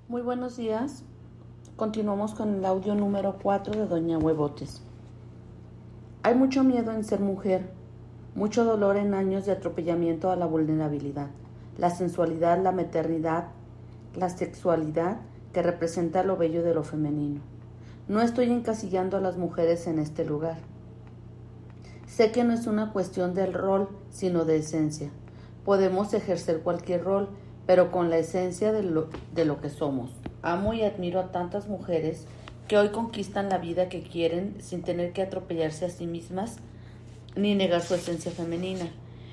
Muy buenos días. Continuamos con el audio número 4 de Doña Huevotes. Hay mucho miedo en ser mujer, mucho dolor en años de atropellamiento a la vulnerabilidad, la sensualidad, la maternidad, la sexualidad que representa lo bello de lo femenino. No estoy encasillando a las mujeres en este lugar. Sé que no es una cuestión del rol, sino de esencia. Podemos ejercer cualquier rol, pero con la esencia de lo que somos. Amo y admiro a tantas mujeres que hoy conquistan la vida que quieren sin tener que atropellarse a sí mismas ni negar su esencia femenina.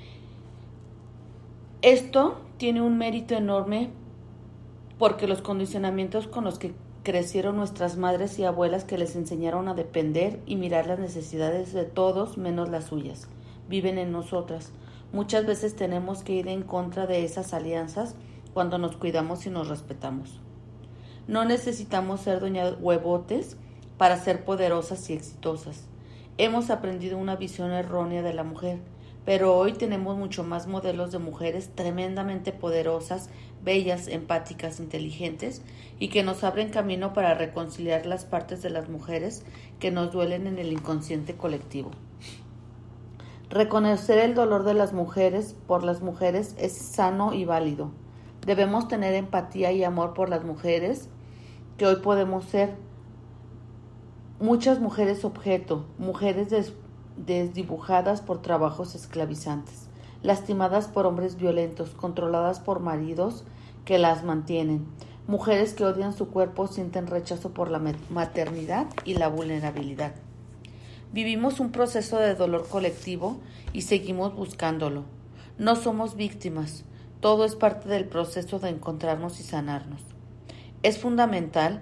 Esto tiene un mérito enorme porque los condicionamientos con los que crecieron nuestras madres y abuelas, que les enseñaron a depender y mirar las necesidades de todos menos las suyas, viven en nosotras. Muchas veces tenemos que ir en contra de esas alianzas cuando nos cuidamos y nos respetamos. No necesitamos ser doña Huevotes para ser poderosas y exitosas. Hemos aprendido una visión errónea de la mujer, pero hoy tenemos mucho más modelos de mujeres tremendamente poderosas, bellas, empáticas, inteligentes y que nos abren camino para reconciliar las partes de las mujeres que nos duelen en el inconsciente colectivo. Reconocer el dolor de las mujeres por las mujeres es sano y válido. Debemos tener empatía y amor por las mujeres que hoy podemos ser. Muchas mujeres objeto, mujeres desdibujadas por trabajos esclavizantes, lastimadas por hombres violentos, controladas por maridos que las mantienen, mujeres que odian su cuerpo, sienten rechazo por la maternidad y la vulnerabilidad. Vivimos un proceso de dolor colectivo y seguimos buscándolo. No somos víctimas, todo es parte del proceso de encontrarnos y sanarnos. Es fundamental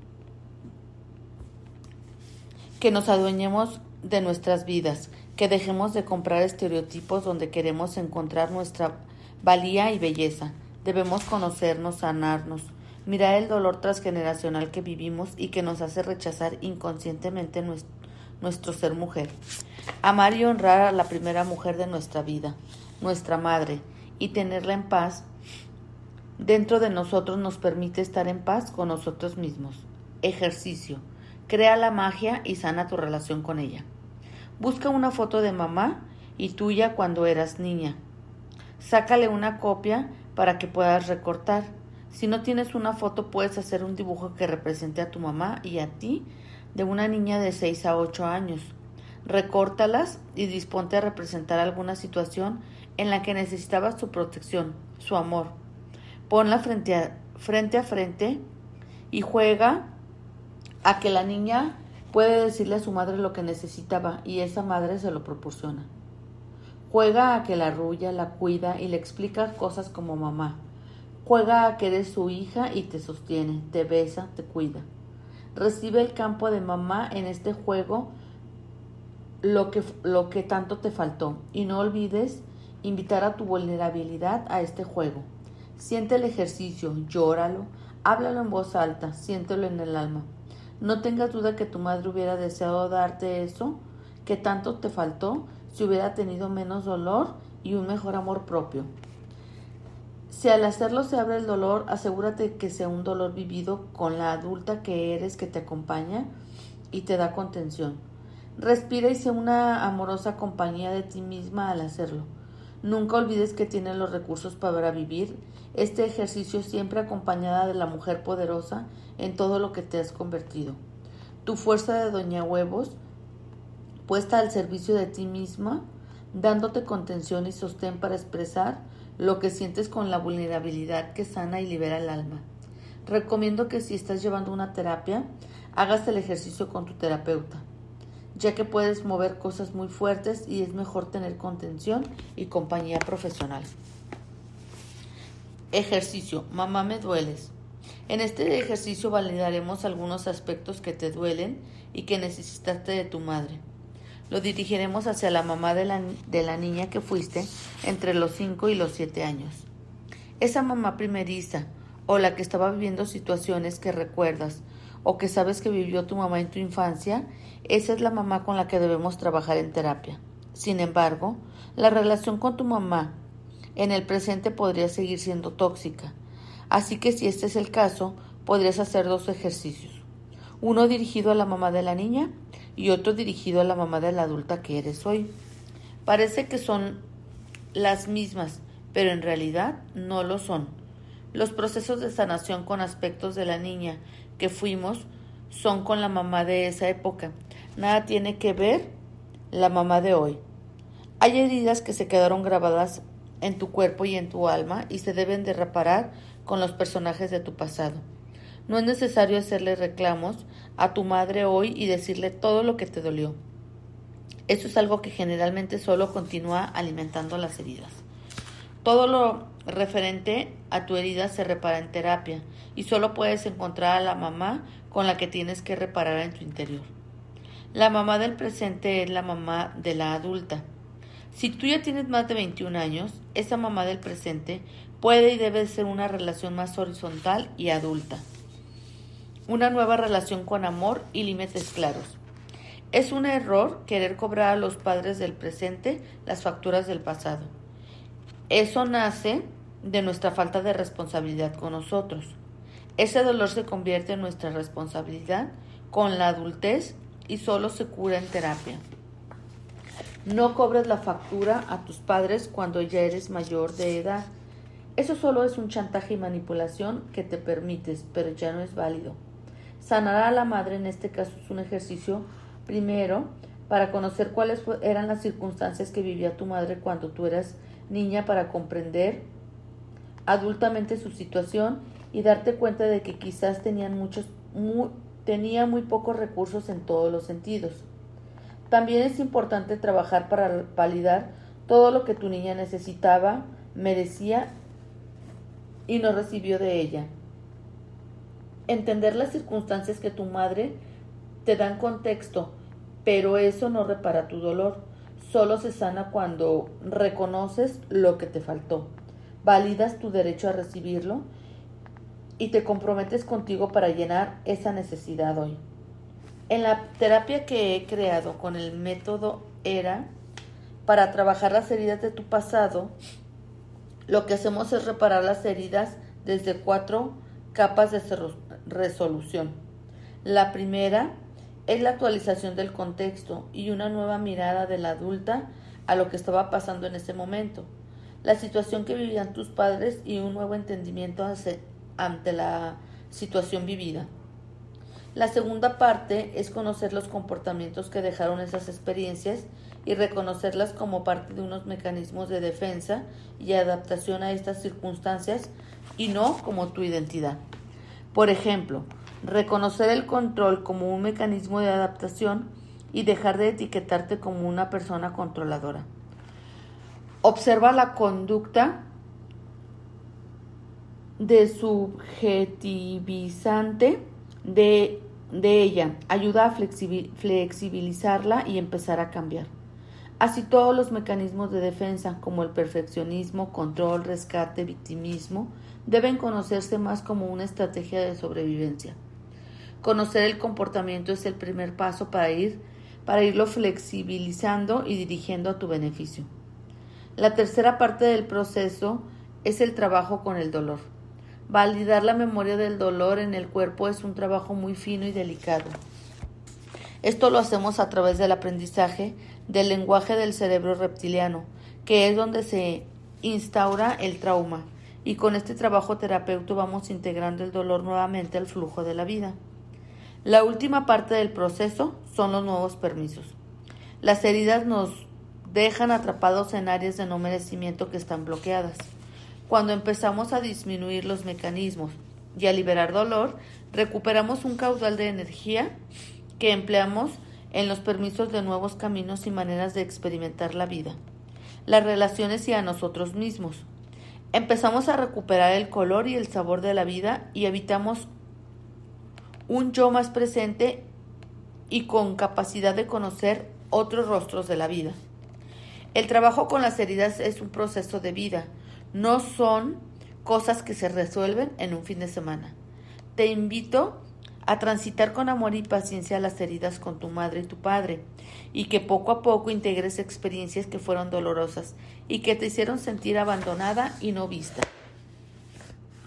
que nos adueñemos de nuestras vidas, que dejemos de comprar estereotipos donde queremos encontrar nuestra valía y belleza. Debemos conocernos, sanarnos, mirar el dolor transgeneracional que vivimos y que nos hace rechazar inconscientemente nuestro ser mujer. Amar y honrar a la primera mujer de nuestra vida, nuestra madre, y tenerla en paz dentro de nosotros nos permite estar en paz con nosotros mismos. Ejercicio. Crea la magia y sana tu relación con ella. Busca una foto de mamá y tuya cuando eras niña. Sácale una copia para que puedas recortar. Si no tienes una foto, puedes hacer un dibujo que represente a tu mamá y a ti de una niña de 6 a 8 años. Recórtalas y disponte a representar alguna situación en la que necesitabas su protección, su amor. Ponla frente a frente y juega a que la niña puede decirle a su madre lo que necesitaba y esa madre se lo proporciona. Juega a que la arrulla, la cuida y le explica cosas como mamá. Juega a que eres su hija y te sostiene, te besa, te cuida. Recibe el campo de mamá en este juego, lo que tanto te faltó, y no olvides invitar a tu vulnerabilidad a este juego. Siente el ejercicio, llóralo, háblalo en voz alta, siéntelo en el alma. No tengas duda que tu madre hubiera deseado darte eso que tanto te faltó si hubiera tenido menos dolor y un mejor amor propio. Si al hacerlo se abre el dolor, asegúrate que sea un dolor vivido con la adulta que eres, que te acompaña y te da contención. Respira y sé una amorosa compañía de ti misma al hacerlo. Nunca olvides que tienes los recursos para vivir este ejercicio siempre acompañada de la mujer poderosa en todo lo que te has convertido. Tu fuerza de Doña Huevos, puesta al servicio de ti misma, dándote contención y sostén para expresar lo que sientes con la vulnerabilidad que sana y libera el alma. Recomiendo que si estás llevando una terapia, hagas el ejercicio con tu terapeuta, ya que puedes mover cosas muy fuertes y es mejor tener contención y compañía profesional. Ejercicio. Mamá, me dueles. En este ejercicio validaremos algunos aspectos que te duelen y que necesitaste de tu madre. Lo dirigiremos hacia la mamá de la niña que fuiste entre los 5 y los 7 años. Esa mamá primeriza o la que estaba viviendo situaciones que recuerdas o que sabes que vivió tu mamá en tu infancia, esa es la mamá con la que debemos trabajar en terapia. Sin embargo, la relación con tu mamá en el presente podría seguir siendo tóxica. Así que si este es el caso, podrías hacer 2 ejercicios. Uno dirigido a la mamá de la niña y otro dirigido a la mamá de la adulta que eres hoy. Parece que son las mismas, pero en realidad no lo son. Los procesos de sanación con aspectos de la niña que fuimos son con la mamá de esa época. Nada tiene que ver la mamá de hoy. Hay heridas que se quedaron grabadas en tu cuerpo y en tu alma y se deben de reparar con los personajes de tu pasado. No es necesario hacerle reclamos a tu madre hoy y decirle todo lo que te dolió. Eso es algo que generalmente solo continúa alimentando las heridas. Todo lo referente a tu herida se repara en terapia y solo puedes encontrar a la mamá con la que tienes que reparar en tu interior. La mamá del presente es la mamá de la adulta. Si tú ya tienes más de 21 años, esa mamá del presente puede y debe ser una relación más horizontal y adulta. Una nueva relación con amor y límites claros. Es un error querer cobrar a los padres del presente las facturas del pasado. Eso nace de nuestra falta de responsabilidad con nosotros. Ese dolor se convierte en nuestra responsabilidad con la adultez y solo se cura en terapia. No cobres la factura a tus padres cuando ya eres mayor de edad. Eso solo es un chantaje y manipulación que te permites, pero ya no es válido. Sanar a la madre en este caso es un ejercicio, primero, para conocer cuáles eran las circunstancias que vivía tu madre cuando tú eras niña, para comprender adultamente su situación y darte cuenta de que quizás tenía muy pocos recursos en todos los sentidos. También es importante trabajar para validar todo lo que tu niña necesitaba, merecía y no recibió de ella. Entender las circunstancias que tu madre te dan contexto, pero eso no repara tu dolor. Solo se sana cuando reconoces lo que te faltó, validas tu derecho a recibirlo y te comprometes contigo para llenar esa necesidad hoy. En la terapia que he creado con el método ERA para trabajar las heridas de tu pasado, lo que hacemos es reparar las heridas desde 4 capas de resolución. La primera es la actualización del contexto y una nueva mirada de la adulta a lo que estaba pasando en ese momento, la situación que vivían tus padres y un nuevo entendimiento ante la situación vivida. La segunda parte es conocer los comportamientos que dejaron esas experiencias y reconocerlas como parte de unos mecanismos de defensa y adaptación a estas circunstancias y no como tu identidad. Por ejemplo, reconocer el control como un mecanismo de adaptación y dejar de etiquetarte como una persona controladora. Observa la conducta desubjetivizante de ella. Ayuda a flexibilizarla y empezar a cambiar. Así todos los mecanismos de defensa como el perfeccionismo, control, rescate, victimismo deben conocerse más como una estrategia de sobrevivencia. Conocer el comportamiento es el primer paso para irlo flexibilizando y dirigiendo a tu beneficio. La tercera parte del proceso es el trabajo con el dolor. Validar la memoria del dolor en el cuerpo es un trabajo muy fino y delicado. Esto lo hacemos a través del aprendizaje del lenguaje del cerebro reptiliano, que es donde se instaura el trauma, y con este trabajo terapéutico vamos integrando el dolor nuevamente al flujo de la vida. La última parte del proceso son los nuevos permisos. Las heridas nos dejan atrapados en áreas de no merecimiento que están bloqueadas. Cuando empezamos a disminuir los mecanismos y a liberar dolor, recuperamos un caudal de energía que empleamos en los permisos de nuevos caminos y maneras de experimentar la vida, las relaciones y a nosotros mismos. Empezamos a recuperar el color y el sabor de la vida y evitamos un yo más presente y con capacidad de conocer otros rostros de la vida. El trabajo con las heridas es un proceso de vida, no son cosas que se resuelven en un fin de semana. Te invito a transitar con amor y paciencia las heridas con tu madre y tu padre, y que poco a poco integres experiencias que fueron dolorosas y que te hicieron sentir abandonada y no vista.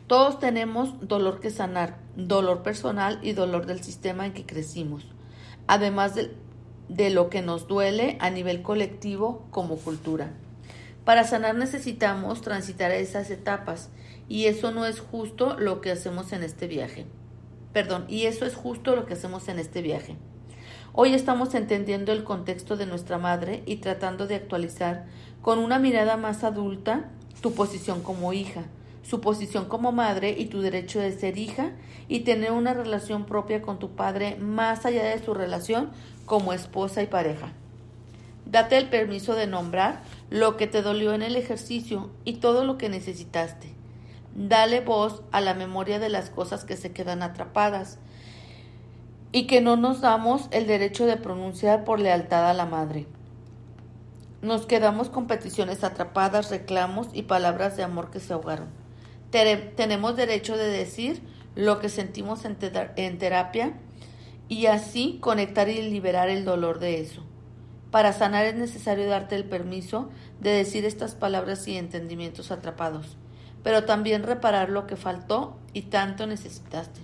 Todos tenemos dolor que sanar, dolor personal y dolor del sistema en que crecimos, además de lo que nos duele a nivel colectivo como cultura. Para sanar necesitamos transitar esas etapas y eso no es justo lo que hacemos en este viaje. Y eso es justo lo que hacemos en este viaje. Hoy estamos entendiendo el contexto de nuestra madre y tratando de actualizar con una mirada más adulta tu posición como hija, su posición como madre y tu derecho de ser hija y tener una relación propia con tu padre más allá de su relación como esposa y pareja. Date el permiso de nombrar lo que te dolió en el ejercicio y todo lo que necesitaste. Dale voz a la memoria de las cosas que se quedan atrapadas y que no nos damos el derecho de pronunciar por lealtad a la madre. Nos quedamos con peticiones atrapadas, reclamos y palabras de amor que se ahogaron. Tenemos derecho de decir lo que sentimos en terapia y así conectar y liberar el dolor de eso. Para sanar es necesario darte el permiso de decir estas palabras y entendimientos atrapados, pero también reparar lo que faltó y tanto necesitaste.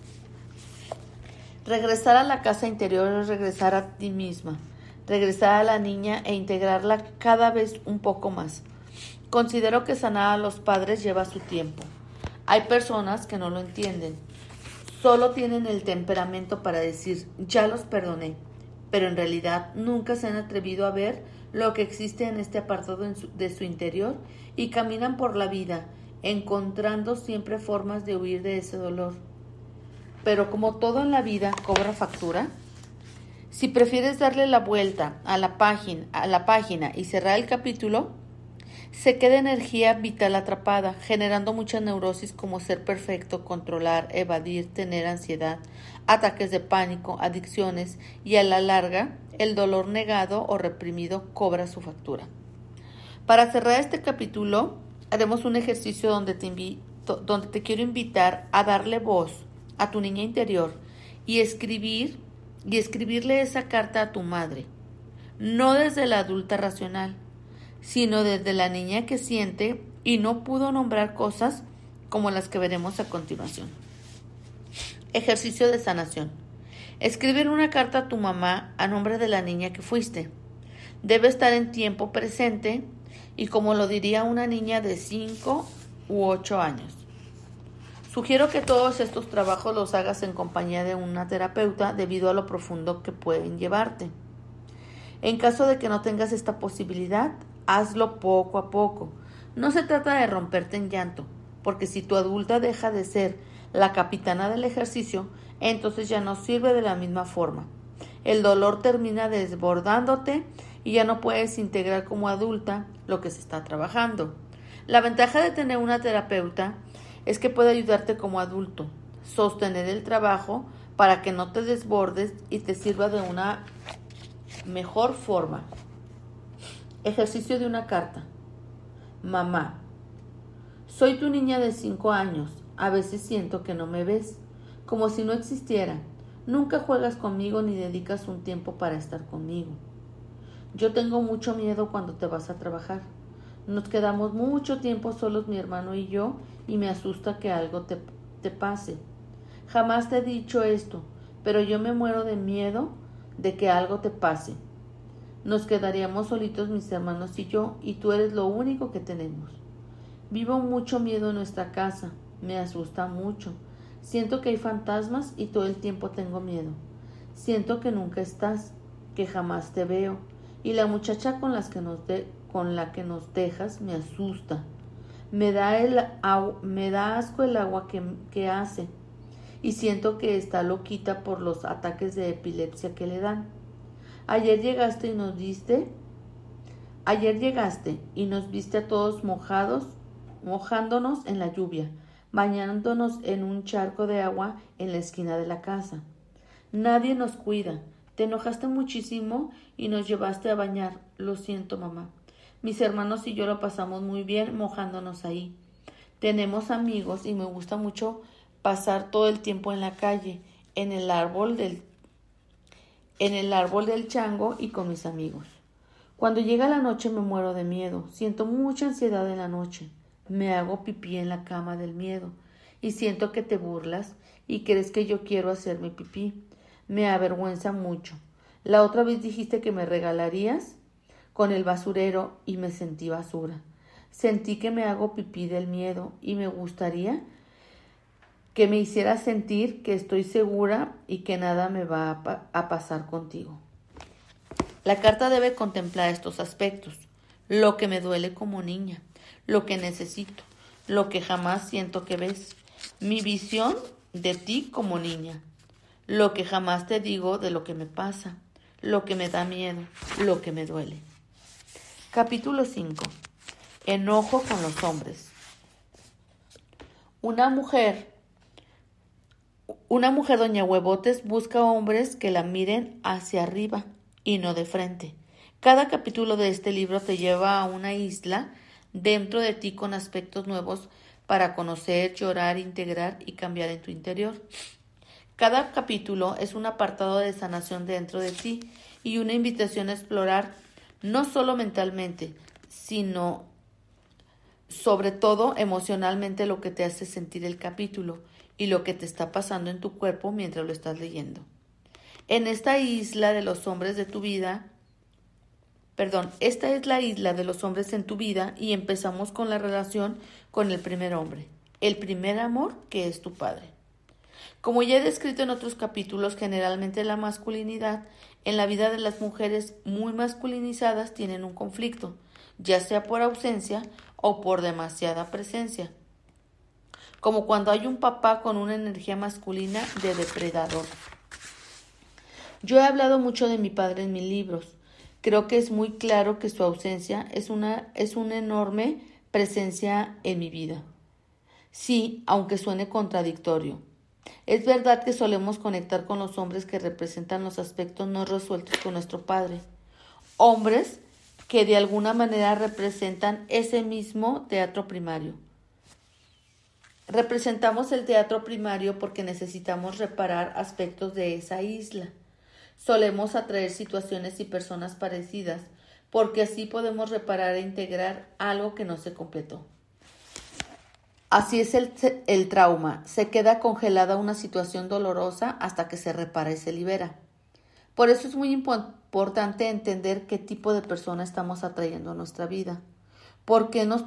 Regresar a la casa interior es regresar a ti misma, regresar a la niña e integrarla cada vez un poco más. Considero que sanar a los padres lleva su tiempo. Hay personas que no lo entienden. Solo tienen el temperamento para decir, ya los perdoné, pero en realidad nunca se han atrevido a ver lo que existe en este apartado de su interior y caminan por la vida, encontrando siempre formas de huir de ese dolor. Pero como todo en la vida cobra factura, si prefieres darle la vuelta a la página y cerrar el capítulo, se queda energía vital atrapada, generando mucha neurosis como ser perfecto, controlar, evadir, tener ansiedad, ataques de pánico, adicciones y a la larga el dolor negado o reprimido cobra su factura. Para cerrar este capítulo haremos un ejercicio donde te quiero invitar a darle voz a tu niña interior y escribirle esa carta a tu madre, no desde la adulta racional, sino desde la niña que siente y no pudo nombrar cosas como las que veremos a continuación. Ejercicio de sanación. Escribir una carta a tu mamá a nombre de la niña que fuiste. Debe estar en tiempo presente y como lo diría una niña de 5 u 8 años. Sugiero que todos estos trabajos los hagas en compañía de una terapeuta debido a lo profundo que pueden llevarte. En caso de que no tengas esta posibilidad, hazlo poco a poco. No se trata de romperte en llanto, porque si tu adulta deja de ser la capitana del ejercicio, entonces ya no sirve de la misma forma. El dolor termina desbordándote y ya no puedes integrar como adulta lo que se está trabajando. La ventaja de tener una terapeuta es que puede ayudarte como adulto, sostener el trabajo para que no te desbordes y te sirva de una mejor forma. Ejercicio de una carta. Mamá, soy tu niña de 5 años. A veces siento que no me ves, como si no existiera. Nunca juegas conmigo ni dedicas un tiempo para estar conmigo. Yo tengo mucho miedo cuando te vas a trabajar. Nos quedamos mucho tiempo solos mi hermano y yo y me asusta que algo te pase. Jamás te he dicho esto, pero yo me muero de miedo de que algo te pase. Nos quedaríamos solitos mis hermanos y yo, y tú eres lo único que tenemos. Vivo mucho miedo en nuestra casa, me asusta mucho. Siento que hay fantasmas y todo el tiempo tengo miedo. Siento que nunca estás, que jamás te veo, y la muchacha con la que nos dejas me asusta. Me da asco el agua que hace, y siento que está loquita por los ataques de epilepsia que le dan. Ayer llegaste y nos viste a todos mojándonos en la lluvia, bañándonos en un charco de agua en la esquina de la casa. Nadie nos cuida. Te enojaste muchísimo y nos llevaste a bañar. Lo siento, mamá. Mis hermanos y yo lo pasamos muy bien mojándonos ahí. Tenemos amigos y me gusta mucho pasar todo el tiempo en la calle, en el árbol del chango y con mis amigos. Cuando llega la noche me muero de miedo. Siento mucha ansiedad en la noche. Me hago pipí en la cama del miedo. y siento que te burlas y crees que yo quiero hacerme pipí. Me avergüenza mucho. La otra vez dijiste que me regalarías con el basurero y me sentí basura. Sentí que me hago pipí del miedo y me gustaría que me hicieras sentir que estoy segura y que nada me va a pasar contigo. La carta debe contemplar estos aspectos: lo que me duele como niña, lo que necesito, lo que jamás siento que ves, mi visión de ti como niña, lo que jamás te digo de lo que me pasa, lo que me da miedo, lo que me duele. Capítulo 5. Enojo con los hombres. Una mujer doña Huevotes busca hombres que la miren hacia arriba y no de frente. Cada capítulo de este libro te lleva a una isla dentro de ti con aspectos nuevos para conocer, llorar, integrar y cambiar en tu interior. Cada capítulo es un apartado de sanación dentro de ti y una invitación a explorar no solo mentalmente, sino sobre todo emocionalmente lo que te hace sentir el capítulo y lo que te está pasando en tu cuerpo mientras lo estás leyendo. Esta es la isla de los hombres en tu vida y empezamos con la relación con el primer hombre, el primer amor que es tu padre. Como ya he descrito en otros capítulos, generalmente la masculinidad en la vida de las mujeres muy masculinizadas tienen un conflicto, ya sea por ausencia o por demasiada presencia, como cuando hay un papá con una energía masculina de depredador. Yo he hablado mucho de mi padre en mis libros. Creo que es muy claro que su ausencia es una enorme presencia en mi vida. Sí, aunque suene contradictorio. Es verdad que solemos conectar con los hombres que representan los aspectos no resueltos con nuestro padre. Hombres que de alguna manera representan ese mismo teatro primario. Representamos el teatro primario porque necesitamos reparar aspectos de esa isla. Solemos atraer situaciones y personas parecidas porque así podemos reparar e integrar algo que no se completó. Así es el trauma. Se queda congelada una situación dolorosa hasta que se repara y se libera. Por eso es muy importante entender qué tipo de persona estamos atrayendo a nuestra vida. ¿Por qué nos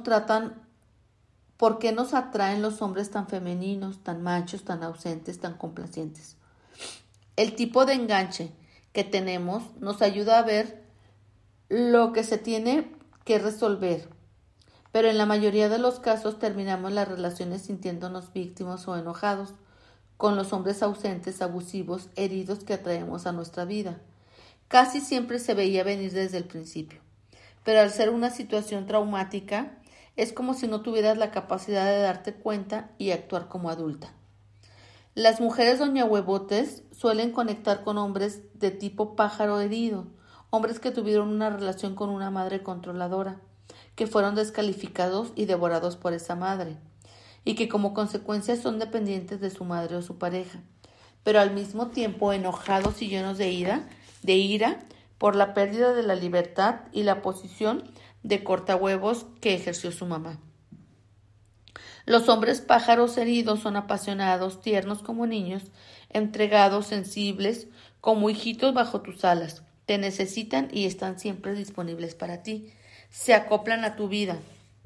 atraen los hombres tan femeninos, tan machos, tan ausentes, tan complacientes? El tipo de enganche que tenemos nos ayuda a ver lo que se tiene que resolver. Pero en la mayoría de los casos terminamos las relaciones sintiéndonos víctimas o enojados con los hombres ausentes, abusivos, heridos que atraemos a nuestra vida. Casi siempre se veía venir desde el principio, pero al ser una situación traumática, es como si no tuvieras la capacidad de darte cuenta y actuar como adulta. Las mujeres doña Huevotes suelen conectar con hombres de tipo pájaro herido, hombres que tuvieron una relación con una madre controladora, que fueron descalificados y devorados por esa madre, y que como consecuencia son dependientes de su madre o su pareja, pero al mismo tiempo enojados y llenos de ira por la pérdida de la libertad y la posición de cortahuevos que ejerció su mamá. Los hombres pájaros heridos son apasionados, tiernos como niños, entregados, sensibles, como hijitos bajo tus alas. Te necesitan y están siempre disponibles para ti. Se acoplan a tu vida.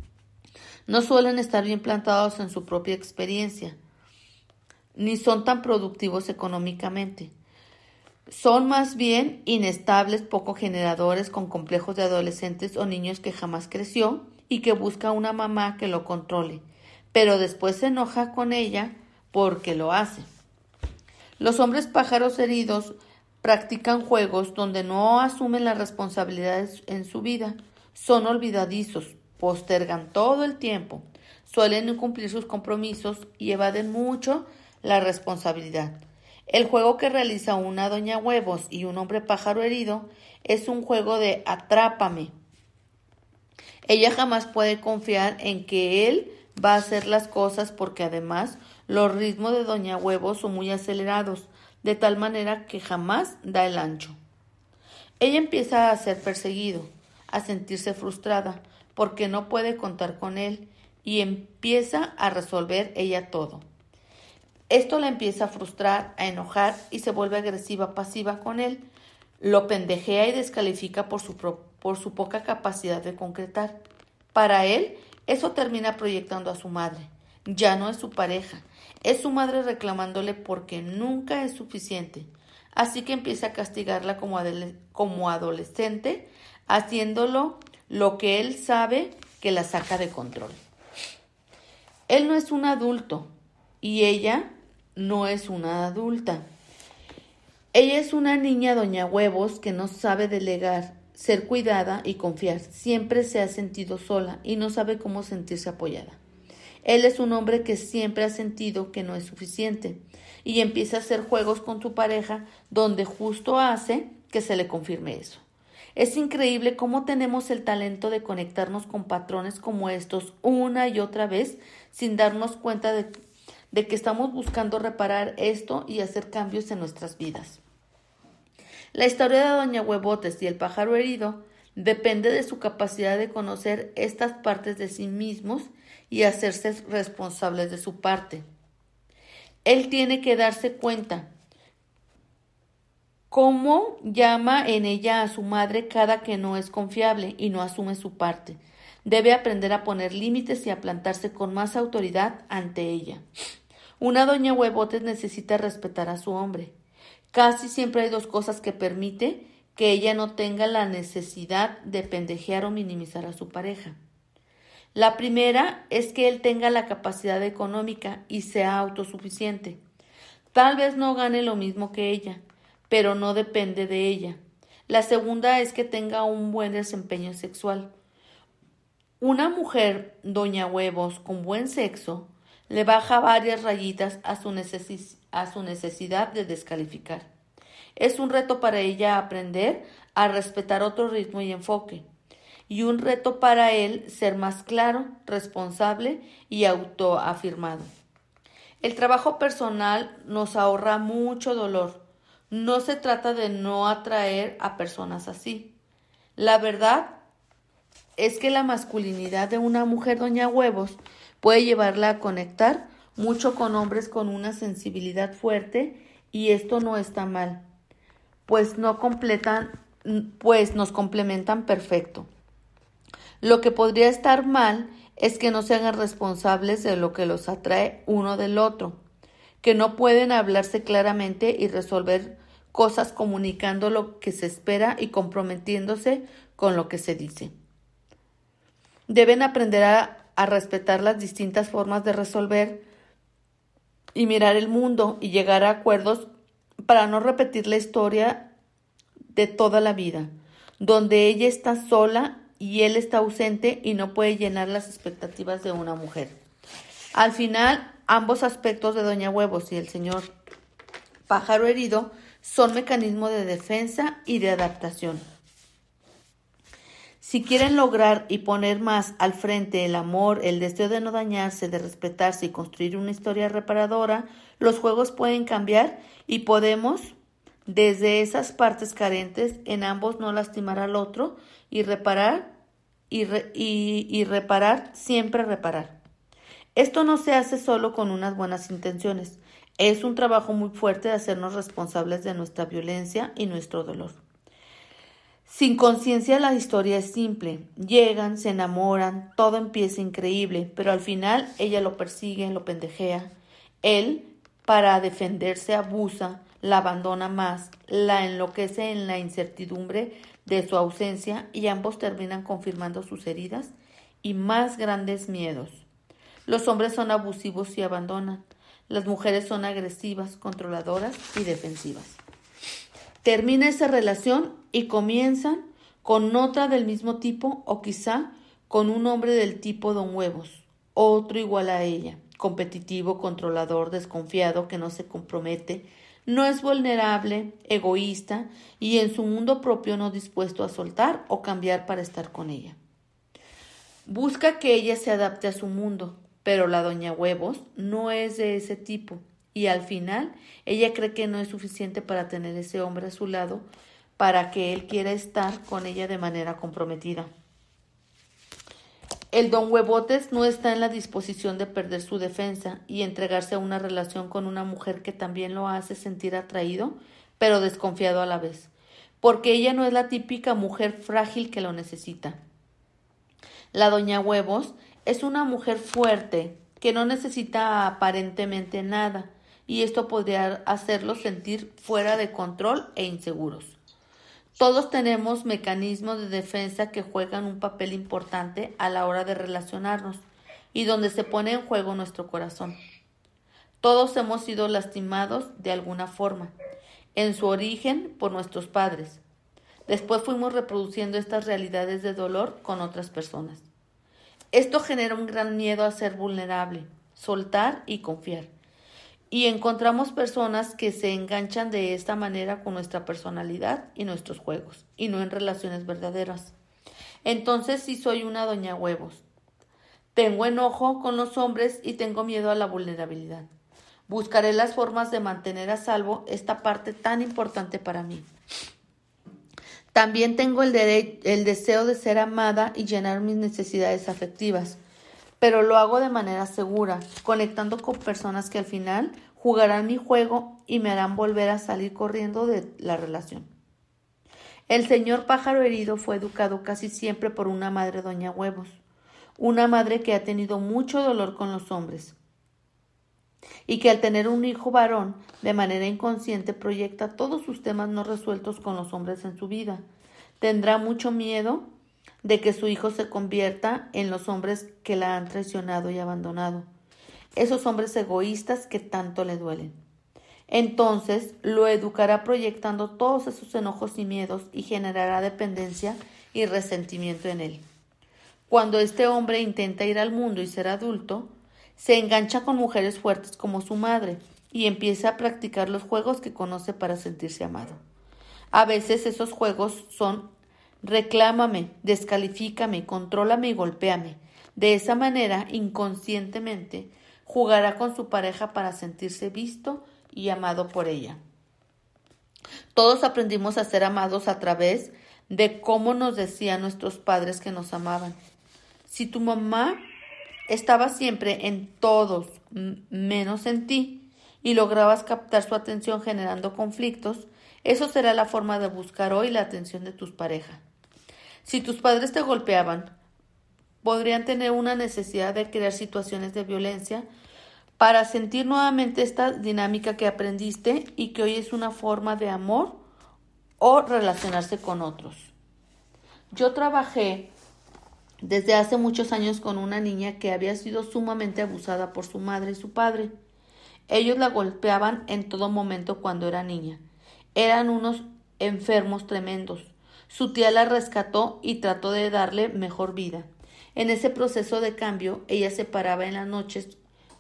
No suelen estar bien plantados en su propia experiencia, ni son tan productivos económicamente. Son más bien inestables, poco generadores, con complejos de adolescentes o niños que jamás creció y que busca una mamá que lo controle, pero después se enoja con ella porque lo hace. Los hombres pájaros heridos practican juegos donde no asumen las responsabilidades en su vida. Son olvidadizos, postergan todo el tiempo, suelen incumplir sus compromisos y evaden mucho la responsabilidad. El juego que realiza una doña Huevos y un hombre pájaro herido es un juego de atrápame. Ella jamás puede confiar en que él va a hacer las cosas porque además los ritmos de doña Huevos son muy acelerados, de tal manera que jamás da el ancho. Ella empieza a ser perseguido, a sentirse frustrada porque no puede contar con él y empieza a resolver ella todo. Esto la empieza a frustrar, a enojar y se vuelve agresiva, pasiva con él. Lo pendejea y descalifica por su poca capacidad de concretar. Para él, eso termina proyectando a su madre. Ya no es su pareja, es su madre reclamándole porque nunca es suficiente. Así que empieza a castigarla como adolescente, haciéndolo lo que él sabe que la saca de control. Él no es un adulto y ella no es una adulta. Ella es una niña doña huevos que no sabe delegar, ser cuidada y confiar. Siempre se ha sentido sola y no sabe cómo sentirse apoyada. Él es un hombre que siempre ha sentido que no es suficiente y empieza a hacer juegos con su pareja donde justo hace que se le confirme eso. Es increíble cómo tenemos el talento de conectarnos con patrones como estos una y otra vez sin darnos cuenta de que estamos buscando reparar esto y hacer cambios en nuestras vidas. La historia de Doña Huevotes y el pájaro herido depende de su capacidad de conocer estas partes de sí mismos y hacerse responsables de su parte. Él tiene que darse cuenta cómo llama en ella a su madre cada que no es confiable y no asume su parte. Debe aprender a poner límites y a plantarse con más autoridad ante ella. Una doña Huevotes necesita respetar a su hombre. Casi siempre hay dos cosas que permite que ella no tenga la necesidad de pendejear o minimizar a su pareja. La primera es que él tenga la capacidad económica y sea autosuficiente. Tal vez no gane lo mismo que ella, pero no depende de ella. La segunda es que tenga un buen desempeño sexual. Una mujer, doña huevos, con buen sexo, le baja varias rayitas a su necesidad de descalificar. Es un reto para ella aprender a respetar otro ritmo y enfoque. Y un reto para él ser más claro, responsable y autoafirmado. El trabajo personal nos ahorra mucho dolor. No se trata de no atraer a personas así. La verdad es que la masculinidad de una mujer doña huevos puede llevarla a conectar mucho con hombres con una sensibilidad fuerte y esto no está mal, pues nos complementan perfecto. Lo que podría estar mal es que no se hagan responsables de lo que los atrae uno del otro, que no pueden hablarse claramente y resolver cosas comunicando lo que se espera y comprometiéndose con lo que se dice. Deben aprender a respetar las distintas formas de resolver y mirar el mundo y llegar a acuerdos para no repetir la historia de toda la vida, donde ella está sola y él está ausente y no puede llenar las expectativas de una mujer. Al final, ambos aspectos de Doña Huevos y el señor Pájaro Herido son mecanismos de defensa y de adaptación. Si quieren lograr y poner más al frente el amor, el deseo de no dañarse, de respetarse y construir una historia reparadora, los juegos pueden cambiar y podemos, desde esas partes carentes, en ambos no lastimar al otro y reparar, reparar, siempre reparar. Esto no se hace solo con unas buenas intenciones. Es un trabajo muy fuerte de hacernos responsables de nuestra violencia y nuestro dolor. Sin conciencia la historia es simple. Llegan, se enamoran, todo empieza increíble, pero al final ella lo persigue, lo pendejea. Él, para defenderse, abusa, la abandona más, la enloquece en la incertidumbre de su ausencia y ambos terminan confirmando sus heridas y más grandes miedos. Los hombres son abusivos y abandonan. Las mujeres son agresivas, controladoras y defensivas. Termina esa relación y comienzan con otra del mismo tipo o quizá con un hombre del tipo Don Huevos, otro igual a ella, competitivo, controlador, desconfiado, que no se compromete, no es vulnerable, egoísta y en su mundo propio no dispuesto a soltar o cambiar para estar con ella. Busca que ella se adapte a su mundo, pero la Doña Huevos no es de ese tipo. Y al final, ella cree que no es suficiente para tener ese hombre a su lado para que él quiera estar con ella de manera comprometida. El don Huevotes no está en la disposición de perder su defensa y entregarse a una relación con una mujer que también lo hace sentir atraído, pero desconfiado a la vez, porque ella no es la típica mujer frágil que lo necesita. La doña Huevos es una mujer fuerte que no necesita aparentemente nada, y esto podría hacerlos sentir fuera de control e inseguros. Todos tenemos mecanismos de defensa que juegan un papel importante a la hora de relacionarnos y donde se pone en juego nuestro corazón. Todos hemos sido lastimados de alguna forma, en su origen por nuestros padres. Después fuimos reproduciendo estas realidades de dolor con otras personas. Esto genera un gran miedo a ser vulnerable, soltar y confiar. Y encontramos personas que se enganchan de esta manera con nuestra personalidad y nuestros juegos, y no en relaciones verdaderas. Entonces sí soy una doña Huevos. Tengo enojo con los hombres y tengo miedo a la vulnerabilidad. Buscaré las formas de mantener a salvo esta parte tan importante para mí. También tengo el deseo de ser amada y llenar mis necesidades afectivas, pero lo hago de manera segura, conectando con personas que al final jugarán mi juego y me harán volver a salir corriendo de la relación. El señor pájaro herido fue educado casi siempre por una madre doña Huevos, una madre que ha tenido mucho dolor con los hombres y que al tener un hijo varón de manera inconsciente proyecta todos sus temas no resueltos con los hombres en su vida. Tendrá mucho miedo de que su hijo se convierta en los hombres que la han traicionado y abandonado, esos hombres egoístas que tanto le duelen. Entonces lo educará proyectando todos esos enojos y miedos y generará dependencia y resentimiento en él. Cuando este hombre intenta ir al mundo y ser adulto, se engancha con mujeres fuertes como su madre y empieza a practicar los juegos que conoce para sentirse amado. A veces esos juegos son reclámame, descalifícame, contrólame y golpéame. De esa manera, inconscientemente, jugará con su pareja para sentirse visto y amado por ella. Todos aprendimos a ser amados a través de cómo nos decían nuestros padres que nos amaban. Si tu mamá estaba siempre en todos, menos en ti, y lograbas captar su atención generando conflictos, eso será la forma de buscar hoy la atención de tus parejas. Si tus padres te golpeaban, podrían tener una necesidad de crear situaciones de violencia para sentir nuevamente esta dinámica que aprendiste y que hoy es una forma de amor o relacionarse con otros. Yo trabajé desde hace muchos años con una niña que había sido sumamente abusada por su madre y su padre. Ellos la golpeaban en todo momento cuando era niña. Eran unos enfermos tremendos. Su tía la rescató y trató de darle mejor vida. En ese proceso de cambio, ella se paraba en las noches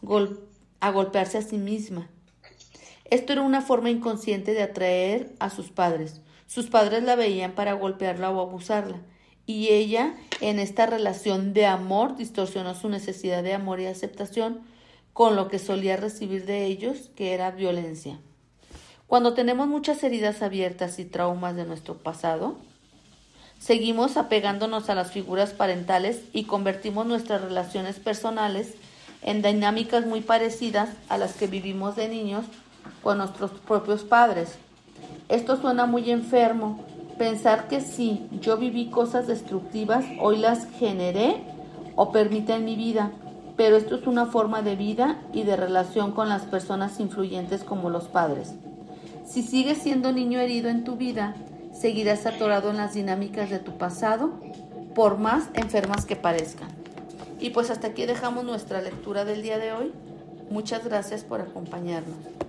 a golpearse a sí misma. Esto era una forma inconsciente de atraer a sus padres. Sus padres la veían para golpearla o abusarla. Y ella, en esta relación de amor, distorsionó su necesidad de amor y aceptación con lo que solía recibir de ellos, que era violencia. Cuando tenemos muchas heridas abiertas y traumas de nuestro pasado, seguimos apegándonos a las figuras parentales y convertimos nuestras relaciones personales en dinámicas muy parecidas a las que vivimos de niños con nuestros propios padres. Esto suena muy enfermo. Pensar que sí, yo viví cosas destructivas, hoy las generé o permite en mi vida, pero esto es una forma de vida y de relación con las personas influyentes como los padres. Si sigues siendo niño herido en tu vida, seguirás atorado en las dinámicas de tu pasado, por más enfermas que parezcan. Y pues hasta aquí dejamos nuestra lectura del día de hoy. Muchas gracias por acompañarnos.